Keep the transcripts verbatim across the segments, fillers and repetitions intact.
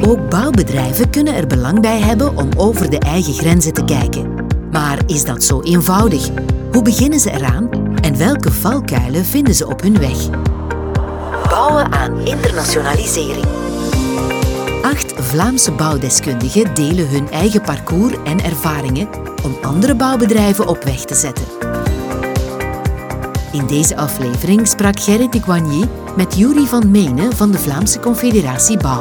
Ook bouwbedrijven kunnen er belang bij hebben om over de eigen grenzen te kijken. Maar is dat zo eenvoudig? Hoe beginnen ze eraan en welke valkuilen vinden ze op hun weg? Bouwen aan internationalisering. Acht Vlaamse bouwdeskundigen delen hun eigen parcours en ervaringen om andere bouwbedrijven op weg te zetten. In deze aflevering sprak Gerrit de Coigny met Yuri van Menen van de Vlaamse Confederatie Bouw.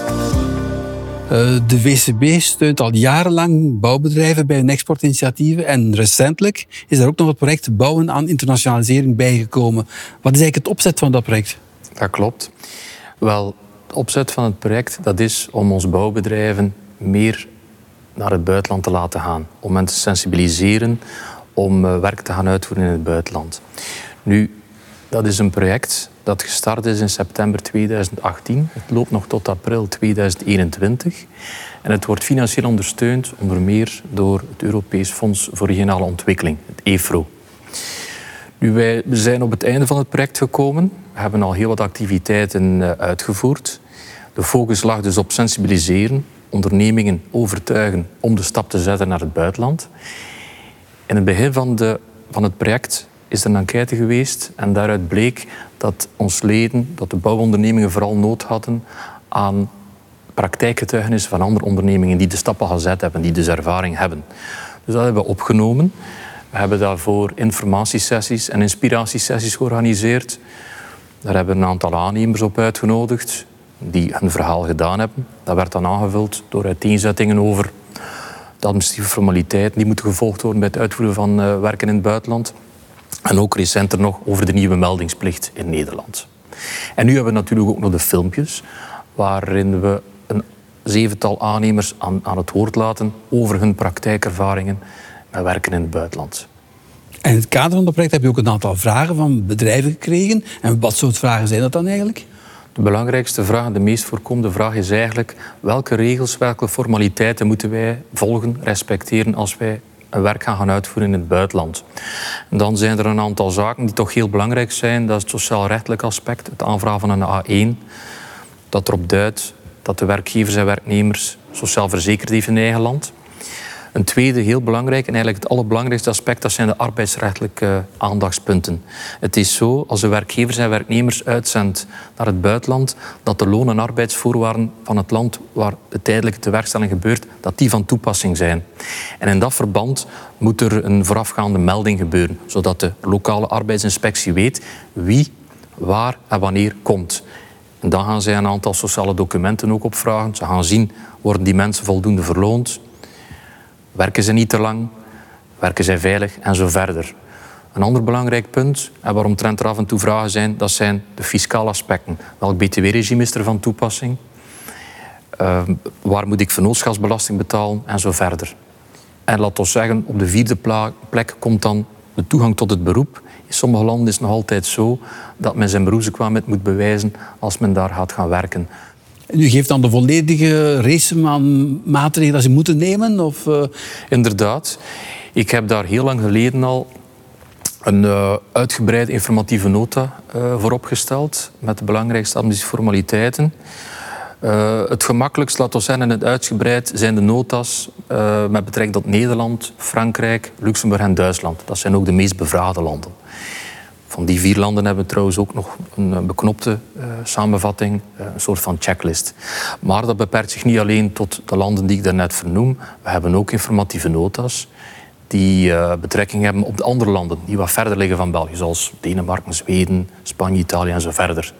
De V C B steunt al jarenlang bouwbedrijven bij hun exportinitiatieven en recentelijk is er ook nog het project Bouwen aan internationalisering bijgekomen. Wat is eigenlijk het opzet van dat project? Dat klopt. Wel, de opzet van het project dat is om onze bouwbedrijven meer naar het buitenland te laten gaan. Om hen te sensibiliseren om werk te gaan uitvoeren in het buitenland. Nu, dat is een project dat gestart is in september tweeduizend achttien. Het loopt nog tot april tweeduizend eenentwintig. En het wordt financieel ondersteund, onder meer door het Europees Fonds voor Regionale Ontwikkeling, het E F R O. Nu, wij zijn op het einde van het project gekomen. We hebben al heel wat activiteiten uitgevoerd. De focus lag dus op sensibiliseren, ondernemingen overtuigen om de stap te zetten naar het buitenland. In het begin van, de, van het project is er een enquête geweest en daaruit bleek dat ons leden, dat de bouwondernemingen vooral nood hadden aan praktijkgetuigenissen van andere ondernemingen die de stappen gezet hebben, die dus ervaring hebben. Dus dat hebben we opgenomen. We hebben daarvoor informatiesessies en inspiratiesessies georganiseerd. Daar hebben we een aantal aannemers op uitgenodigd die hun verhaal gedaan hebben. Dat werd dan aangevuld door uiteenzettingen over de administratieve formaliteiten die moeten gevolgd worden bij het uitvoeren van uh, werken in het buitenland. En ook recenter nog over de nieuwe meldingsplicht in Nederland. En nu hebben we natuurlijk ook nog de filmpjes waarin we een zevental aannemers aan, aan het woord laten over hun praktijkervaringen met werken in het buitenland. En in het kader van dat project heb je ook een aantal vragen van bedrijven gekregen. En wat soort vragen zijn dat dan eigenlijk? De belangrijkste vraag, de meest voorkomende vraag is eigenlijk welke regels, welke formaliteiten moeten wij volgen, respecteren als wij een werk gaan, gaan uitvoeren in het buitenland. En dan zijn er een aantal zaken die toch heel belangrijk zijn. Dat is het sociaal-rechtelijk aspect, het aanvragen van een A één. Dat erop duidt dat de werkgevers en werknemers sociaal verzekerd heeft in eigen land. Een tweede, heel belangrijk en eigenlijk het allerbelangrijkste aspect, dat zijn de arbeidsrechtelijke aandachtspunten. Het is zo, als de werkgevers en werknemers uitzendt naar het buitenland, dat de loon- en arbeidsvoorwaarden van het land waar de tijdelijke tewerkstelling gebeurt, dat die van toepassing zijn. En in dat verband moet er een voorafgaande melding gebeuren, zodat de lokale arbeidsinspectie weet wie, waar en wanneer komt. En dan gaan zij een aantal sociale documenten ook opvragen. Ze gaan zien, worden die mensen voldoende verloond? Werken ze niet te lang? Werken zij veilig? En zo verder. Een ander belangrijk punt, en waaromtrent er af en toe vragen zijn, dat zijn de fiscale aspecten. Welk B T W-regime is er van toepassing? Uh, waar moet ik vennootschapsbelasting betalen? En zo verder. En laat ons zeggen, op de vierde plek komt dan de toegang tot het beroep. In sommige landen is het nog altijd zo dat men zijn beroepsbekwaamheid moet bewijzen als men daar gaat gaan werken. En u geeft dan de volledige race aan maatregelen dat ze moeten nemen? Of, uh... Inderdaad. Ik heb daar heel lang geleden al een uh, uitgebreide informatieve nota uh, voor opgesteld met de belangrijkste administratieve formaliteiten. Uh, het gemakkelijkst, laten we zeggen, en het uitgebreid zijn de nota's uh, met betrekking tot Nederland, Frankrijk, Luxemburg en Duitsland. Dat zijn ook de meest bevraagde landen. Van die vier landen hebben we trouwens ook nog een beknopte uh, samenvatting, uh, een soort van checklist. Maar dat beperkt zich niet alleen tot de landen die ik daarnet vernoem. We hebben ook informatieve nota's die uh, betrekking hebben op de andere landen die wat verder liggen van België, zoals Denemarken, Zweden, Spanje, Italië en zo verder.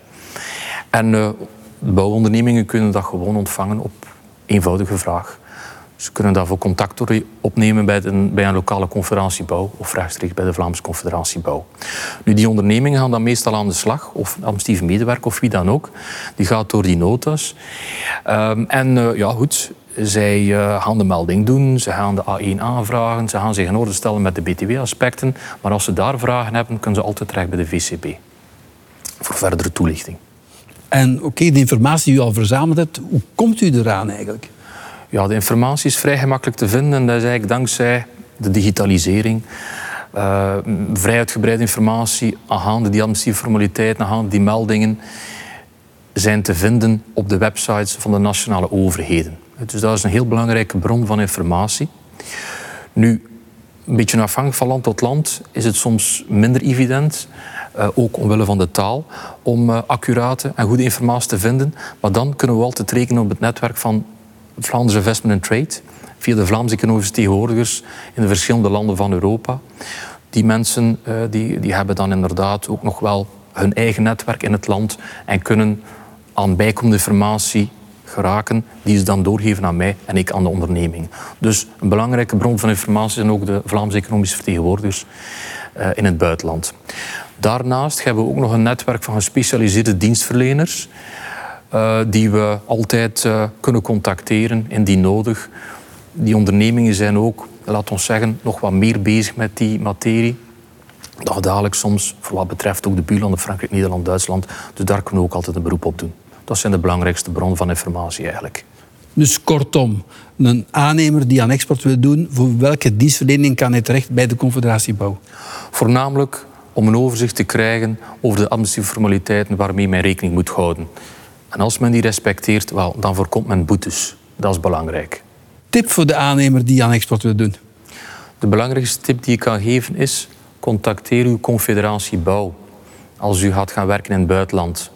En uh, bouwondernemingen kunnen dat gewoon ontvangen op eenvoudige vraag. Ze kunnen daarvoor contact opnemen bij een, bij een lokale confederatie bouw of rechtstreeks bij de Vlaamse Confederatie Bouw. Nu, die ondernemingen gaan dan meestal aan de slag, of een administratieve medewerker of wie dan ook. Die gaat door die nota's. Um, en uh, ja, goed, zij uh, gaan de melding doen, ze gaan de A één aanvragen, ze gaan zich in orde stellen met de B T W-aspecten. Maar als ze daar vragen hebben, kunnen ze altijd terecht bij de V C B voor verdere toelichting. En oké, okay, de informatie die u al verzameld hebt, hoe komt u eraan eigenlijk? Ja, de informatie is vrij gemakkelijk te vinden en dat is eigenlijk dankzij de digitalisering. Uh, vrij uitgebreide informatie aangaande die administratieve formaliteiten, aangaande die meldingen. zijn te vinden op de websites van de nationale overheden. Dus dat is een heel belangrijke bron van informatie. Nu, een beetje afhankelijk van land tot land is het soms minder evident, uh, ook omwille van de taal, om uh, accurate en goede informatie te vinden. Maar dan kunnen we altijd rekenen op het netwerk van Vlaanderen Investment and Trade, via de Vlaamse economische vertegenwoordigers in de verschillende landen van Europa. Die mensen uh, die, die hebben dan inderdaad ook nog wel hun eigen netwerk in het land en kunnen aan bijkomende informatie geraken, die ze dan doorgeven aan mij en ik aan de onderneming. Dus een belangrijke bron van informatie zijn ook de Vlaamse economische vertegenwoordigers uh, in het buitenland. Daarnaast hebben we ook nog een netwerk van gespecialiseerde dienstverleners uh, die we altijd uh, kunnen contacteren indien nodig. Die ondernemingen zijn ook, laat ons zeggen, nog wat meer bezig met die materie. Dagelijks soms, voor wat betreft ook de buurlanden Frankrijk, Nederland, Duitsland. Dus daar kunnen we ook altijd een beroep op doen. Dat zijn de belangrijkste bronnen van informatie eigenlijk. Dus kortom, een aannemer die aan export wil doen, voor welke dienstverlening kan hij terecht bij de Confederatie Bouw? Voornamelijk om een overzicht te krijgen over de administratieve formaliteiten waarmee men rekening moet houden. En als men die respecteert, wel, dan voorkomt men boetes. Dat is belangrijk. Tip voor de aannemer die aan export wil doen? De belangrijkste tip die ik kan geven is: contacteer uw Confederatie Bouw als u gaat gaan werken in het buitenland.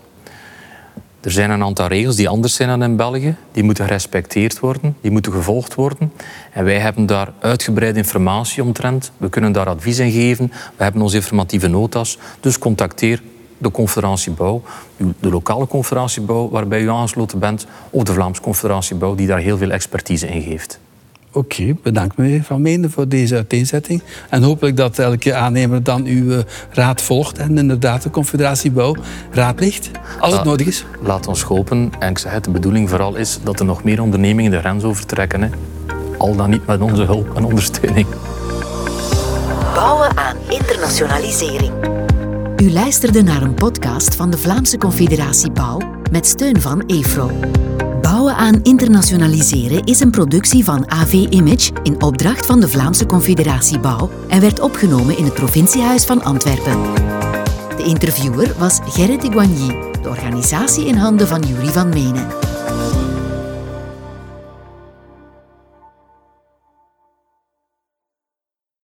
Er zijn een aantal regels die anders zijn dan in België. Die moeten gerespecteerd worden, die moeten gevolgd worden. En wij hebben daar uitgebreide informatie omtrent. We kunnen daar advies in geven. We hebben onze informatieve notas. Dus contacteer de Confederatie Bouw, de lokale Confederatie Bouw waarbij u aangesloten bent, of de Vlaamse Confederatie Bouw die daar heel veel expertise in geeft. Oké, okay, bedankt meneer Van Meende voor deze uiteenzetting. En hopelijk dat elke aannemer dan uw uh, raad volgt en inderdaad de Confederatie Bouw raadpleegt, als La, het nodig is. Laat ons hopen. En ik zeg het, de bedoeling vooral is dat er nog meer ondernemingen de grens overtrekken. Hè. Al dan niet met onze hulp en ondersteuning. Bouwen aan internationalisering. U luisterde naar een podcast van de Vlaamse Confederatie Bouw met steun van EFRO. Bouwen aan internationaliseren is een productie van A V Image in opdracht van de Vlaamse Confederatie Bouw en werd opgenomen in het provinciehuis van Antwerpen. De interviewer was Gerrit de Guagny, de organisatie in handen van Jury van Menen.